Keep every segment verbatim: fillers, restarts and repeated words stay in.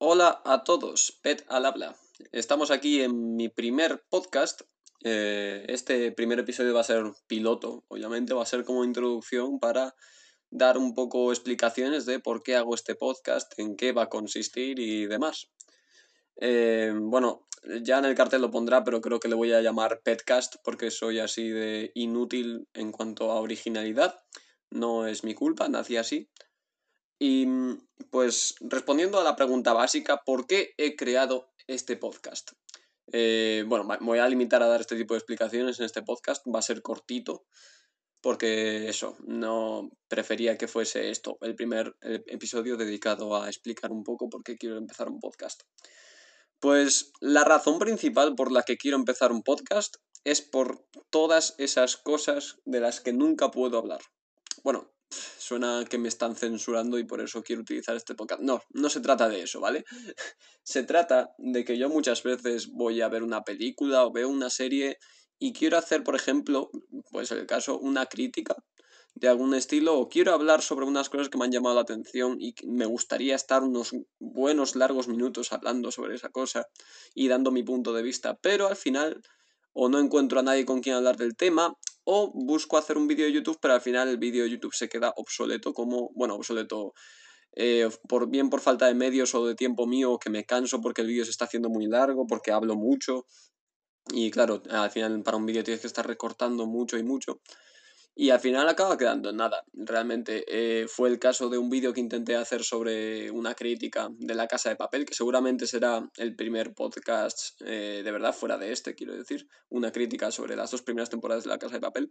Hola a todos, Pet al habla. Estamos aquí en mi primer podcast. Eh, este primer episodio va a ser piloto, obviamente, va a ser como introducción para dar un poco explicaciones de por qué hago este podcast, en qué va a consistir y demás. Eh, bueno, ya en el cartel lo pondrá, pero creo que le voy a llamar Petcast porque soy así de inútil en cuanto a originalidad. No es mi culpa, nací así. Y pues respondiendo a la pregunta básica, ¿por qué he creado este podcast? Eh, bueno, me voy a limitar a dar este tipo de explicaciones en este podcast, va a ser cortito, porque eso, no prefería que fuese esto, el primer episodio dedicado a explicar un poco por qué quiero empezar un podcast. Pues la razón principal por la que quiero empezar un podcast es por todas esas cosas de las que nunca puedo hablar. Bueno, suena que me están censurando y por eso quiero utilizar este podcast. No, no se trata de eso, ¿vale? Se trata de que yo muchas veces voy a ver una película o veo una serie y quiero hacer, por ejemplo, pues en el caso, una crítica de algún estilo o quiero hablar sobre unas cosas que me han llamado la atención y que me gustaría estar unos buenos largos minutos hablando sobre esa cosa y dando mi punto de vista, pero al final o no encuentro a nadie con quien hablar del tema o busco hacer un vídeo de YouTube, pero al final el vídeo de YouTube se queda obsoleto como, bueno, obsoleto eh, por, bien por falta de medios o de tiempo mío, que me canso porque el vídeo se está haciendo muy largo, porque hablo mucho y claro, al final para un vídeo tienes que estar recortando mucho y mucho. Y al final acaba quedando en nada. Realmente eh, fue el caso de un vídeo que intenté hacer sobre una crítica de La Casa de Papel, que seguramente será el primer podcast eh, de verdad fuera de este, quiero decir, una crítica sobre las dos primeras temporadas de La Casa de Papel.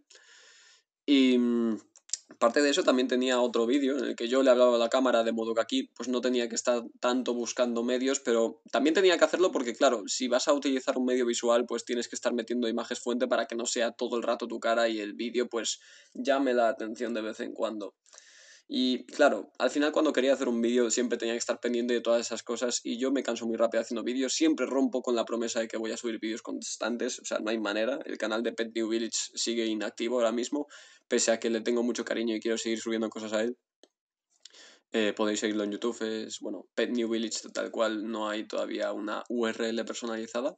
Y mm, aparte de eso también tenía otro vídeo en el que yo le hablaba a la cámara, de modo que aquí pues no tenía que estar tanto buscando medios, pero también tenía que hacerlo porque claro, si vas a utilizar un medio visual pues tienes que estar metiendo imágenes fuente para que no sea todo el rato tu cara y el vídeo pues llame la atención de vez en cuando. Y claro, al final cuando quería hacer un vídeo siempre tenía que estar pendiente de todas esas cosas y yo me canso muy rápido haciendo vídeos, siempre rompo con la promesa de que voy a subir vídeos constantes, o sea, no hay manera, el canal de Pet New Village sigue inactivo ahora mismo, pese a que le tengo mucho cariño y quiero seguir subiendo cosas a él. Eh, podéis seguirlo en YouTube, es, bueno, Pet New Village tal cual, no hay todavía una U R L personalizada.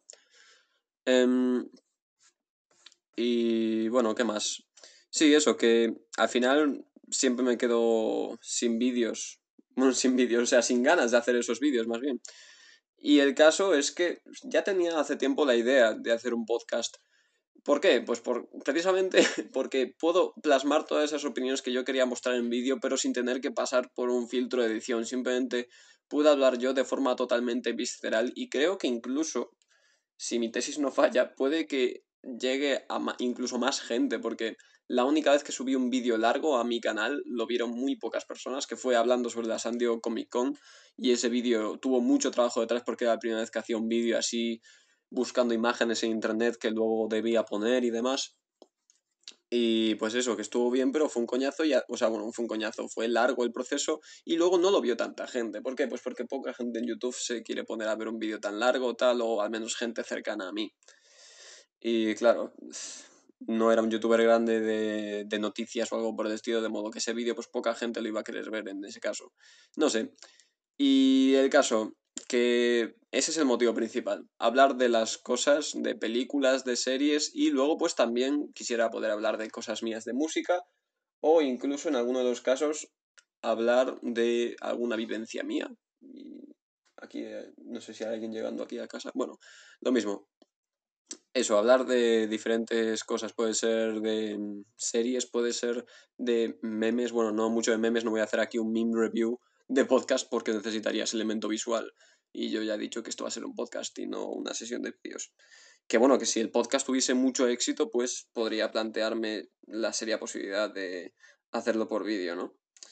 Um, y bueno, ¿qué más? Sí, eso, que al final siempre me quedo sin vídeos. Bueno, sin vídeos, o sea, sin ganas de hacer esos vídeos, más bien. Y el caso es que ya tenía hace tiempo la idea de hacer un podcast. ¿Por qué? Pues por, precisamente porque puedo plasmar todas esas opiniones que yo quería mostrar en vídeo, pero sin tener que pasar por un filtro de edición. Simplemente pude hablar yo de forma totalmente visceral y creo que incluso, si mi tesis no falla, puede que llegue a ma- incluso más gente, porque la única vez que subí un vídeo largo a mi canal lo vieron muy pocas personas, que fue hablando sobre la San Diego Comic Con, y ese vídeo tuvo mucho trabajo detrás porque era la primera vez que hacía un vídeo así, buscando imágenes en internet que luego debía poner y demás. Y pues eso, que estuvo bien, pero fue un coñazo, y, o sea, bueno, fue un coñazo, fue largo el proceso y luego no lo vio tanta gente. ¿Por qué? Pues porque poca gente en YouTube se quiere poner a ver un vídeo tan largo, tal, o al menos gente cercana a mí. Y claro, no era un youtuber grande de, de noticias o algo por el estilo, de modo que ese vídeo pues poca gente lo iba a querer ver en ese caso. No sé. Y el caso, que ese es el motivo principal, hablar de las cosas, de películas, de series y luego pues también quisiera poder hablar de cosas mías de música o incluso en alguno de los casos hablar de alguna vivencia mía. Y aquí, eh, no sé si hay alguien llegando aquí a casa. Bueno, lo mismo. Eso, hablar de diferentes cosas, puede ser de mm, series, puede ser de memes, bueno, no mucho de memes, no voy a hacer aquí un meme review de podcast porque necesitaría ese elemento visual y yo ya he dicho que esto va a ser un podcast y no una sesión de vídeos. Que bueno, que si el podcast tuviese mucho éxito, pues podría plantearme la seria posibilidad de hacerlo por vídeo, ¿no?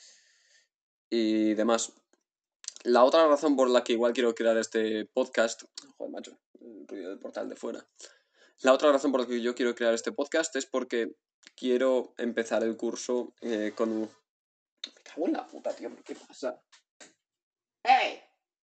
Y demás. La otra razón por la que igual quiero crear este podcast, joder, macho, el ruido del portal de fuera. La otra razón por la que yo quiero crear este podcast es porque quiero empezar el curso eh, con un... Me cago en la puta, tío, ¿qué pasa? ¡Hey!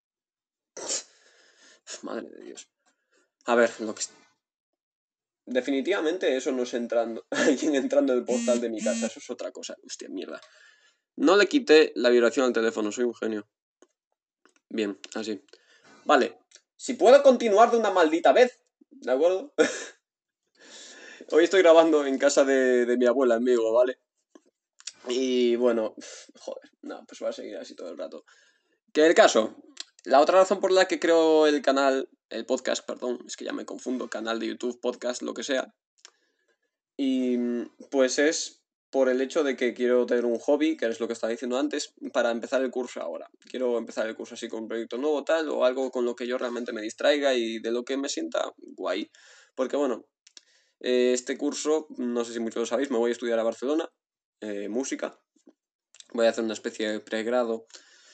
Madre de Dios. A ver, lo que... Definitivamente eso no es entrando, alguien entrando en el portal de mi casa, eso es otra cosa. Hostia, mierda. No le quité la vibración al teléfono, soy un genio. Bien, así. Vale, si puedo continuar de una maldita vez, ¿de acuerdo? Hoy estoy grabando en casa de, de mi abuela, amigo, ¿vale? Y bueno, joder, no, pues voy a seguir así todo el rato. Que el caso, la otra razón por la que creo el canal, el podcast, perdón, es que ya me confundo, canal de YouTube, podcast, lo que sea, y pues es por el hecho de que quiero tener un hobby, que es lo que estaba diciendo antes, para empezar el curso ahora. Quiero empezar el curso así con un proyecto nuevo, tal, o algo con lo que yo realmente me distraiga y de lo que me sienta guay. Porque bueno, eh, este curso, no sé si muchos lo sabéis, me voy a estudiar a Barcelona, eh, música. Voy a hacer una especie de pregrado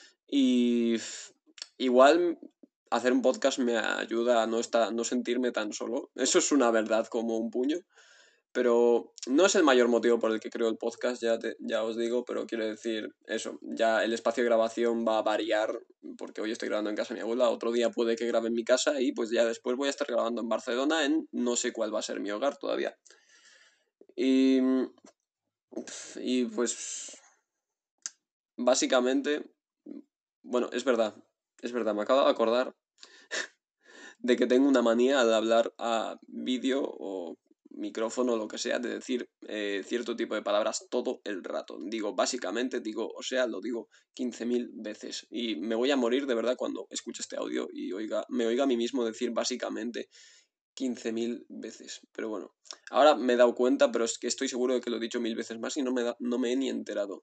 y pff, igual hacer un podcast me ayuda a no, estar, no sentirme tan solo. Eso es una verdad como un puño. Pero no es el mayor motivo por el que creo el podcast, ya, te- ya os digo, pero quiero decir eso, ya el espacio de grabación va a variar, porque hoy estoy grabando en casa de mi abuela, otro día puede que grabe en mi casa y pues ya después voy a estar grabando en Barcelona, en no sé cuál va a ser mi hogar todavía. Y, y pues básicamente, bueno, es verdad, es verdad, me acabo de acordar de que tengo una manía al hablar a vídeo o micrófono o lo que sea, de decir eh, cierto tipo de palabras todo el rato. Digo, básicamente, digo, o sea, lo digo quince mil veces. Y me voy a morir de verdad cuando escuche este audio y oiga, me oiga a mí mismo decir básicamente quince mil veces. Pero bueno, ahora me he dado cuenta, pero es que estoy seguro de que lo he dicho mil veces más y no me, da, no me he ni enterado.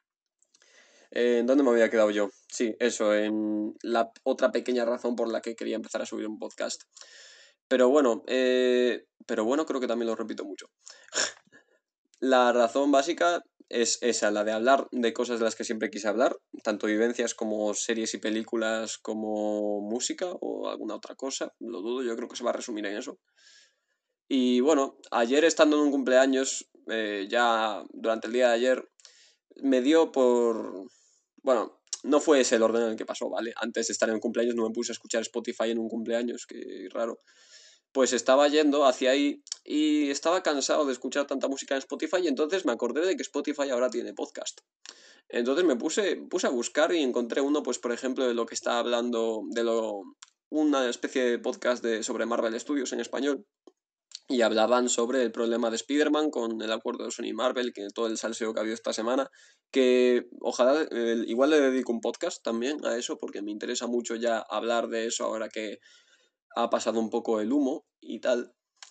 Eh, ¿En dónde me había quedado yo? Sí, eso, en la otra pequeña razón por la que quería empezar a subir un podcast. Pero bueno, eh, pero bueno, creo que también lo repito mucho. La razón básica es esa, la de hablar de cosas de las que siempre quise hablar, tanto vivencias como series y películas, como música o alguna otra cosa, lo dudo, yo creo que se va a resumir en eso. Y bueno, ayer estando en un cumpleaños, eh, ya durante el día de ayer, me dio por... Bueno, no fue ese el orden en el que pasó, ¿vale? Antes de estar en un cumpleaños no me puse a escuchar Spotify en un cumpleaños, que raro. Pues estaba yendo hacia ahí y estaba cansado de escuchar tanta música en Spotify y entonces me acordé de que Spotify ahora tiene podcast. Entonces me puse, puse a buscar y encontré uno, pues por ejemplo, de lo que está hablando, de lo, una especie de podcast de, sobre Marvel Studios en español. Y hablaban sobre el problema de Spider-Man con el acuerdo de Sony y Marvel, que todo el salseo que ha habido esta semana. Que ojalá, eh, igual le dedico un podcast también a eso, porque me interesa mucho ya hablar de eso ahora que ha pasado un poco el humo y tal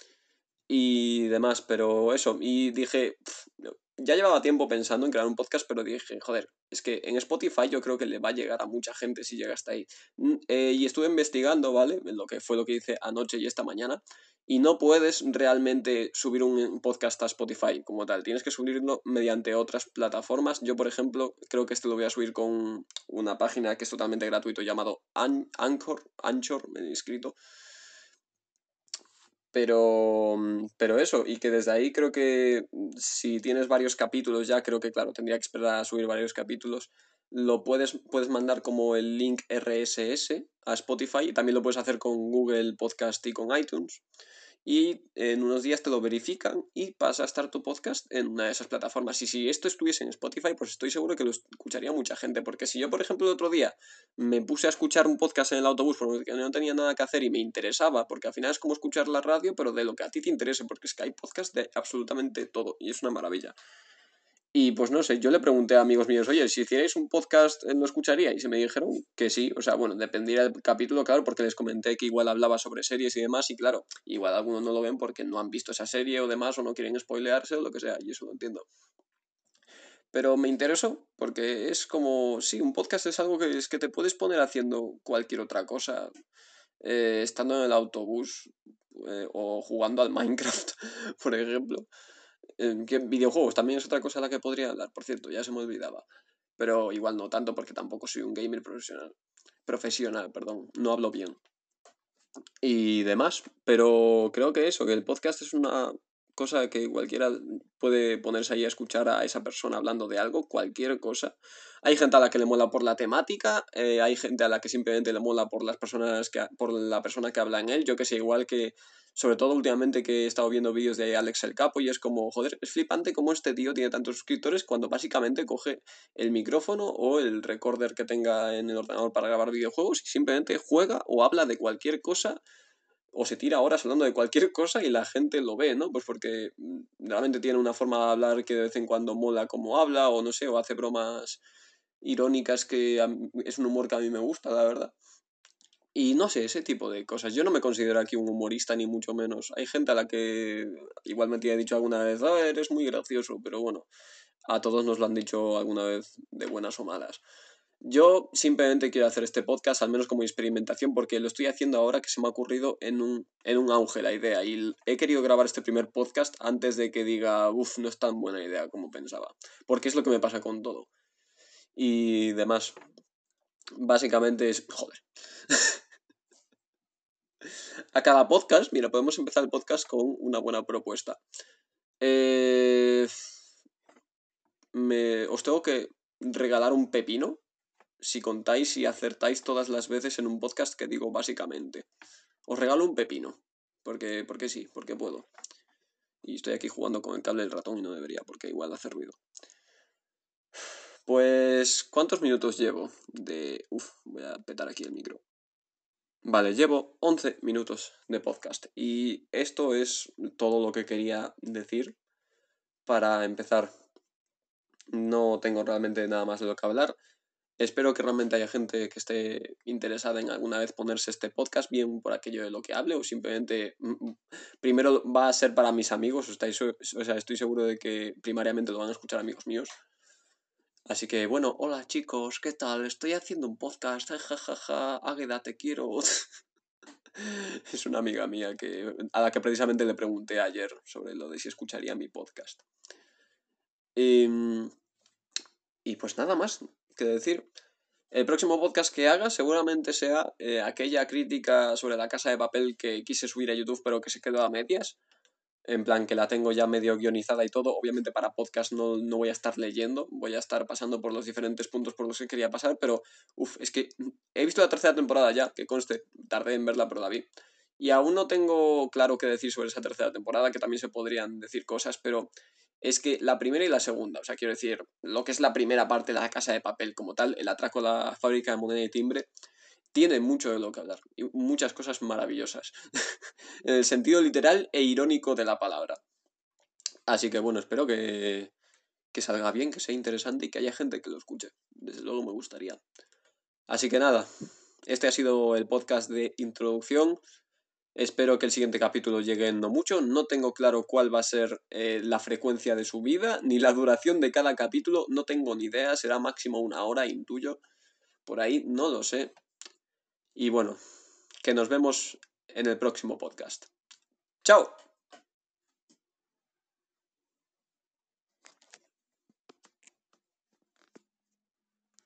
y demás, pero eso, y dije, pf, ya llevaba tiempo pensando en crear un podcast, pero dije, joder, es que en Spotify yo creo que le va a llegar a mucha gente si llega hasta ahí. Mm, eh, y estuve investigando, ¿vale? Lo que fue lo que hice anoche y esta mañana, y no puedes realmente subir un podcast a Spotify como tal, tienes que subirlo mediante otras plataformas. Yo, por ejemplo, creo que este lo voy a subir con una página que es totalmente gratuito llamado An- Anchor, Anchor, me he inscrito. Pero, pero eso, y que desde ahí creo que si tienes varios capítulos ya, creo que claro, tendría que esperar a subir varios capítulos. Lo puedes, puedes mandar como el link R S S a Spotify y también lo puedes hacer con Google Podcast y con iTunes y en unos días te lo verifican y pasa a estar tu podcast en una de esas plataformas. Y si esto estuviese en Spotify, pues estoy seguro que lo escucharía mucha gente, porque si yo, por ejemplo, el otro día me puse a escuchar un podcast en el autobús porque no tenía nada que hacer y me interesaba, porque al final es como escuchar la radio, pero de lo que a ti te interese, porque es que hay podcast de absolutamente todo y es una maravilla. Y pues no sé, yo le pregunté a amigos míos, oye, si hicierais un podcast, eh, ¿lo escucharíais? Y me dijeron que sí, o sea, bueno, dependería del capítulo, claro, porque les comenté que igual hablaba sobre series y demás, y claro, igual algunos no lo ven porque no han visto esa serie o demás, o no quieren spoilearse o lo que sea, y eso lo entiendo. Pero me interesó, porque es como, sí, un podcast es algo que es que te puedes poner haciendo cualquier otra cosa, eh, estando en el autobús eh, o jugando al Minecraft, por ejemplo. Eh, que videojuegos también es otra cosa a la que podría hablar, por cierto, ya se me olvidaba. Pero igual no tanto porque tampoco soy un gamer profesional. Profesional, perdón, no hablo bien. Y demás, pero creo que eso, que el podcast es una cosa que cualquiera puede ponerse ahí a escuchar a esa persona hablando de algo, cualquier cosa. Hay gente a la que le mola por la temática, eh, hay gente a la que simplemente le mola por las personas que, por la persona que habla en él, yo que sé, igual que, sobre todo últimamente que he estado viendo vídeos de Alex el Capo y es como, joder, es flipante cómo este tío tiene tantos suscriptores cuando básicamente coge el micrófono o el recorder que tenga en el ordenador para grabar videojuegos y simplemente juega o habla de cualquier cosa o se tira horas hablando de cualquier cosa y la gente lo ve, ¿no? Pues porque mm, realmente tiene una forma de hablar que de vez en cuando mola como habla, o no sé, o hace bromas irónicas que a mí- es un humor que a mí me gusta, la verdad. Y no sé, ese tipo de cosas. Yo no me considero aquí un humorista, ni mucho menos. Hay gente a la que igual me tiene dicho alguna vez, ah, eres muy gracioso, pero bueno, a todos nos lo han dicho alguna vez de buenas o malas. Yo simplemente quiero hacer este podcast, al menos como experimentación, porque lo estoy haciendo ahora que se me ha ocurrido en un, en un auge la idea. Y he querido grabar este primer podcast antes de que diga, uff, no es tan buena idea como pensaba. Porque es lo que me pasa con todo. Y demás. Básicamente es, joder. A cada podcast, mira, podemos empezar el podcast con una buena propuesta. Eh, me, os tengo que regalar un pepino si contáis y acertáis todas las veces en un podcast que digo básicamente. Os regalo un pepino. Porque, porque sí, porque puedo. Y estoy aquí jugando con el cable del ratón y no debería, porque igual hace ruido. Pues, ¿cuántos minutos llevo? De... Uf, voy a petar aquí el micro. Vale, llevo once minutos de podcast. Y esto es todo lo que quería decir para empezar. No tengo realmente nada más de lo que hablar. Espero que realmente haya gente que esté interesada en alguna vez ponerse este podcast, bien por aquello de lo que hable o simplemente mm, mm, primero va a ser para mis amigos, o, estáis, o sea, estoy seguro de que primariamente lo van a escuchar amigos míos. Así que bueno, hola chicos, ¿qué tal? Estoy haciendo un podcast, jajaja, Águeda, te quiero. Es una amiga mía que, a la que precisamente le pregunté ayer sobre lo de si escucharía mi podcast. Y, y pues nada más que decir. El próximo podcast que haga seguramente sea eh, aquella crítica sobre La Casa de Papel que quise subir a YouTube pero que se quedó a medias. En plan, que la tengo ya medio guionizada y todo. Obviamente para podcast no, no voy a estar leyendo, voy a estar pasando por los diferentes puntos por los que quería pasar, pero uff, es que he visto la tercera temporada ya, que conste, tardé en verla pero la vi. Y aún no tengo claro qué decir sobre esa tercera temporada, que también se podrían decir cosas, pero es que la primera y la segunda, o sea, quiero decir, lo que es la primera parte de La Casa de Papel como tal, el atraco a la fábrica de moneda y timbre, tiene mucho de lo que hablar y muchas cosas maravillosas, en el sentido literal e irónico de la palabra. Así que bueno, espero que, que salga bien, que sea interesante y que haya gente que lo escuche. Desde luego me gustaría. Así que nada, este ha sido el podcast de introducción. Espero que el siguiente capítulo llegue en no mucho. No tengo claro cuál va a ser eh, la frecuencia de subida, ni la duración de cada capítulo. No tengo ni idea. Será máximo una hora, intuyo. Por ahí no lo sé. Y bueno, que nos vemos en el próximo podcast. ¡Chao!